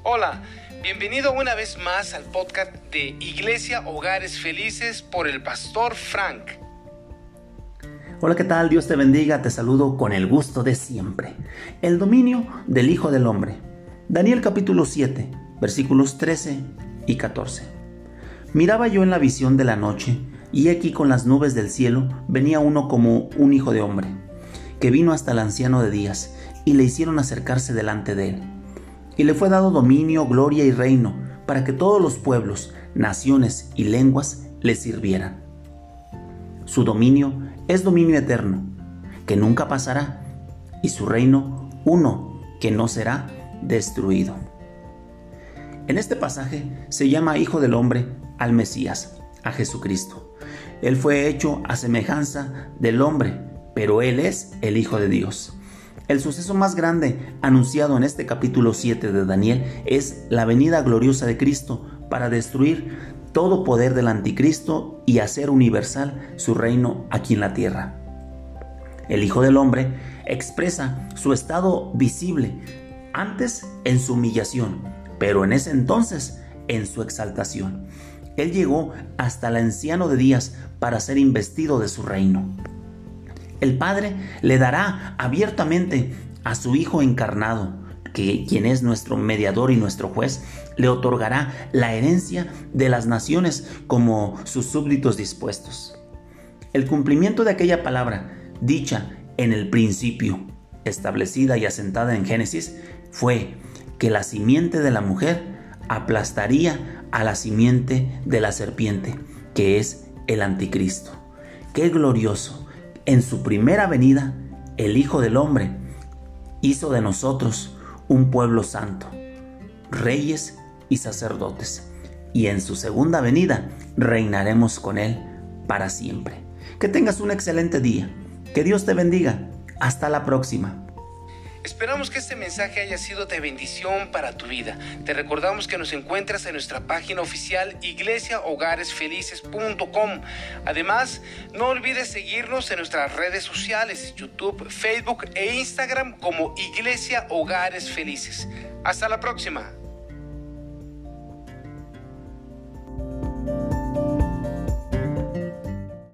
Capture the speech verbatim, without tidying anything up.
Hola, bienvenido una vez más al podcast de Iglesia Hogares Felices por el Pastor Frank. Hola, ¿qué tal? Dios te bendiga, te saludo con el gusto de siempre. El dominio del Hijo del Hombre. Daniel capítulo siete, versículos trece y catorce. Miraba yo en la visión de la noche, y aquí con las nubes del cielo venía uno como un hijo de hombre, que vino hasta el anciano de días, y le hicieron acercarse delante de él. Y le fue dado dominio, gloria y reino, para que todos los pueblos, naciones y lenguas le sirvieran. Su dominio es dominio eterno, que nunca pasará, y su reino uno, que no será destruido. En este pasaje se llama Hijo del Hombre al Mesías, a Jesucristo. Él fue hecho a semejanza del hombre, pero Él es el Hijo de Dios. El suceso más grande anunciado en este capítulo siete de Daniel es la venida gloriosa de Cristo para destruir todo poder del anticristo y hacer universal su reino aquí en la tierra. El Hijo del Hombre expresa su estado visible, antes en su humillación, pero en ese entonces en su exaltación. Él llegó hasta el anciano de días para ser investido de su reino. El Padre le dará abiertamente a su Hijo encarnado, que quien es nuestro mediador y nuestro juez, le otorgará la herencia de las naciones como sus súbditos dispuestos. El cumplimiento de aquella palabra, dicha en el principio, establecida y asentada en Génesis, fue que la simiente de la mujer aplastaría a la simiente de la serpiente, que es el anticristo. ¡Qué glorioso! En su primera venida, el Hijo del Hombre hizo de nosotros un pueblo santo, reyes y sacerdotes. Y en su segunda venida reinaremos con Él para siempre. Que tengas un excelente día. Que Dios te bendiga. Hasta la próxima. Esperamos que este mensaje haya sido de bendición para tu vida. Te recordamos que nos encuentras en nuestra página oficial iglesia hogares felices punto com. Además, no olvides seguirnos en nuestras redes sociales, YouTube, Facebook e Instagram como Iglesia Hogares Felices. Hasta la próxima.